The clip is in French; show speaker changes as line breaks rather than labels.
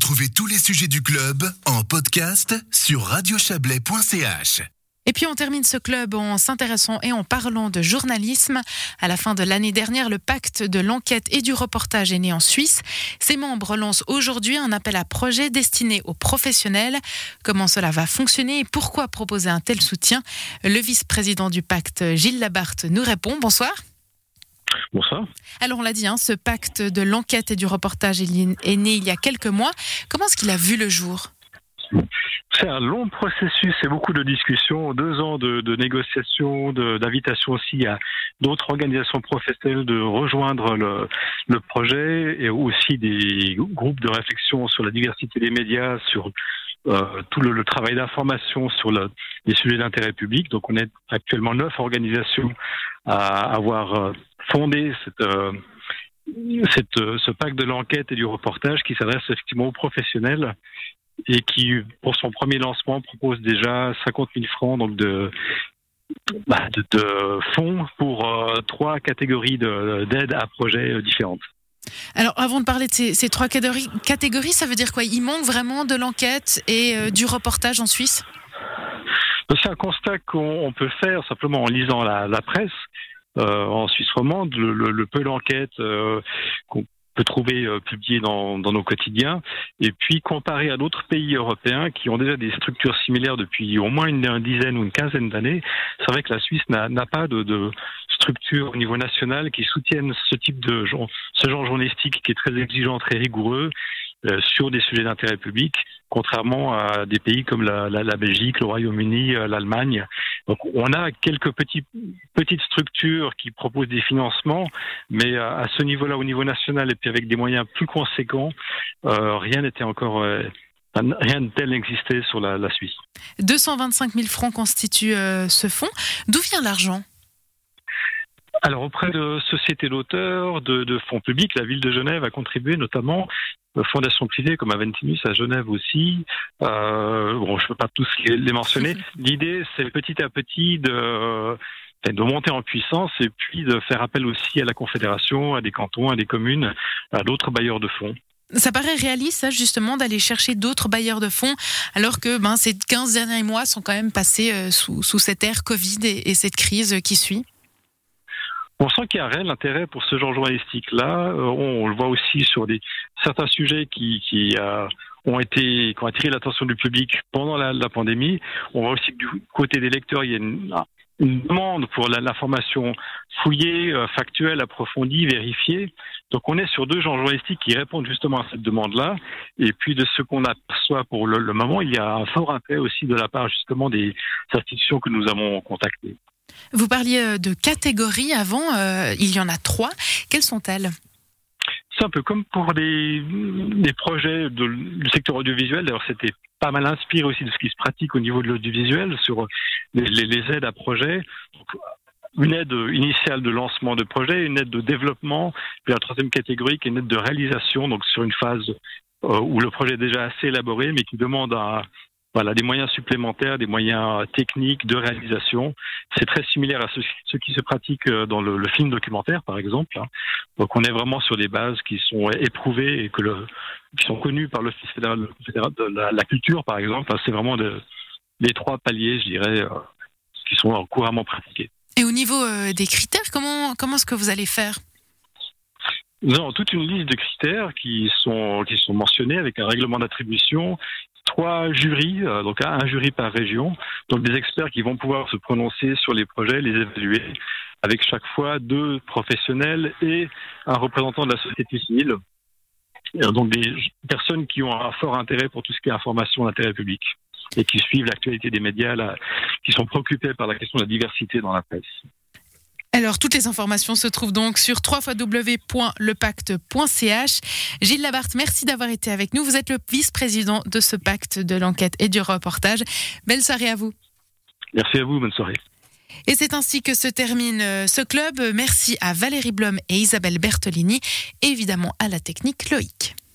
Retrouvez tous les sujets du club en podcast sur radiochablais.ch.
Et puis on termine ce club en s'intéressant et en parlant de journalisme. À la fin de l'année dernière, le pacte de l'enquête et du reportage est né en Suisse. Ses membres lancent aujourd'hui un appel à projet destiné aux professionnels. Comment cela va fonctionner et pourquoi proposer un tel soutien ? Le vice-président du pacte, Gilles Labarthe, nous répond. Bonsoir.
Bonsoir.
Alors on l'a dit, ce pacte de l'enquête et du reportage est né il y a quelques mois. Comment est-ce qu'il a vu le jour ?
C'est un long processus et beaucoup de discussions, 2 ans de négociations, d'invitation aussi à d'autres organisations professionnelles de rejoindre le projet et aussi des groupes de réflexion sur la diversité des médias, sur tout le travail d'information sur les sujets d'intérêt public. Donc on est actuellement 9 organisations à avoir fondé ce pacte de l'enquête et du reportage qui s'adresse effectivement aux professionnels et qui, pour son premier lancement, propose déjà 50 000 francs donc de fonds pour 3 catégories d'aide à projets différentes.
Alors, avant de parler de ces 3 catégories, ça veut dire quoi ? Il manque vraiment de l'enquête et du reportage en Suisse ?
C'est un constat qu'on peut faire simplement en lisant la presse. En Suisse romande, le peu d'enquête qu'on peut trouver publié dans nos quotidiens, et puis comparé à d'autres pays européens qui ont déjà des structures similaires depuis au moins une dizaine ou une quinzaine d'années, c'est vrai que la Suisse n'a pas de structure au niveau national qui soutienne ce genre journalistique qui est très exigeant, très rigoureux, sur des sujets d'intérêt public, contrairement à des pays comme la Belgique, le Royaume-Uni, l'Allemagne. Donc on a quelques petites structures qui proposent des financements, mais à ce niveau-là, au niveau national, et puis avec des moyens plus conséquents, rien n'était encore... rien de tel n'existait sur la Suisse.
225 000 francs constituent ce fonds. D'où vient l'argent ?
Alors auprès de sociétés d'auteurs, de fonds publics, la ville de Genève a contribué notamment, fondations privées comme Aventinus à Genève aussi. Je ne peux pas tous les mentionner. L'idée, c'est petit à petit de monter en puissance et puis de faire appel aussi à la Confédération, à des cantons, à des communes, à d'autres bailleurs de fonds.
Ça paraît réaliste, ça, justement, d'aller chercher d'autres bailleurs de fonds, alors que ces 15 derniers mois sont quand même passés sous cette ère Covid et cette crise qui suit.
On sent qu'il y a un réel intérêt pour ce genre journalistique-là. On le voit aussi sur certains sujets qui ont attiré l'attention du public pendant la pandémie. On voit aussi que du côté des lecteurs, il y a une demande pour l'information fouillée, factuelle, approfondie, vérifiée. Donc on est sur 2 genres journalistiques qui répondent justement à cette demande-là. Et puis de ce qu'on aperçoit pour le moment, il y a un fort intérêt aussi de la part justement des institutions que nous avons contactées.
Vous parliez de catégories avant, il y en a 3. Quelles sont-elles ?
C'est un peu comme pour des projets du secteur audiovisuel. D'ailleurs, c'était pas mal inspiré aussi de ce qui se pratique au niveau de l'audiovisuel sur les aides à projets. Donc, une aide initiale de lancement de projet, une aide de développement, puis la 3e catégorie qui est une aide de réalisation, donc sur une phase où le projet est déjà assez élaboré, mais qui demande des moyens supplémentaires, des moyens techniques de réalisation. C'est très similaire à ce qui se pratique dans le film documentaire, par exemple. Donc on est vraiment sur des bases qui sont éprouvées et qui sont connues par l'Office fédéral de la culture, par exemple. C'est vraiment les 3 paliers, je dirais, qui sont couramment pratiqués.
Et au niveau des critères, comment est-ce que vous allez faire ?
Nous avons toute une liste de critères qui sont mentionnés avec un règlement d'attribution, 3 jurys, donc un jury par région, donc des experts qui vont pouvoir se prononcer sur les projets, les évaluer, avec chaque fois 2 professionnels et un représentant de la société civile. Donc des personnes qui ont un fort intérêt pour tout ce qui est information d'intérêt public et qui suivent l'actualité des médias, qui sont préoccupés par la question de la diversité dans la presse.
Alors, toutes les informations se trouvent donc sur www.lepacte.ch. Gilles Labarthe, merci d'avoir été avec nous. Vous êtes le vice-président de ce pacte de l'enquête et du reportage. Belle soirée à vous.
Merci à vous, bonne soirée.
Et c'est ainsi que se termine ce club. Merci à Valérie Blom et Isabelle Bertolini et évidemment à la technique Loïc.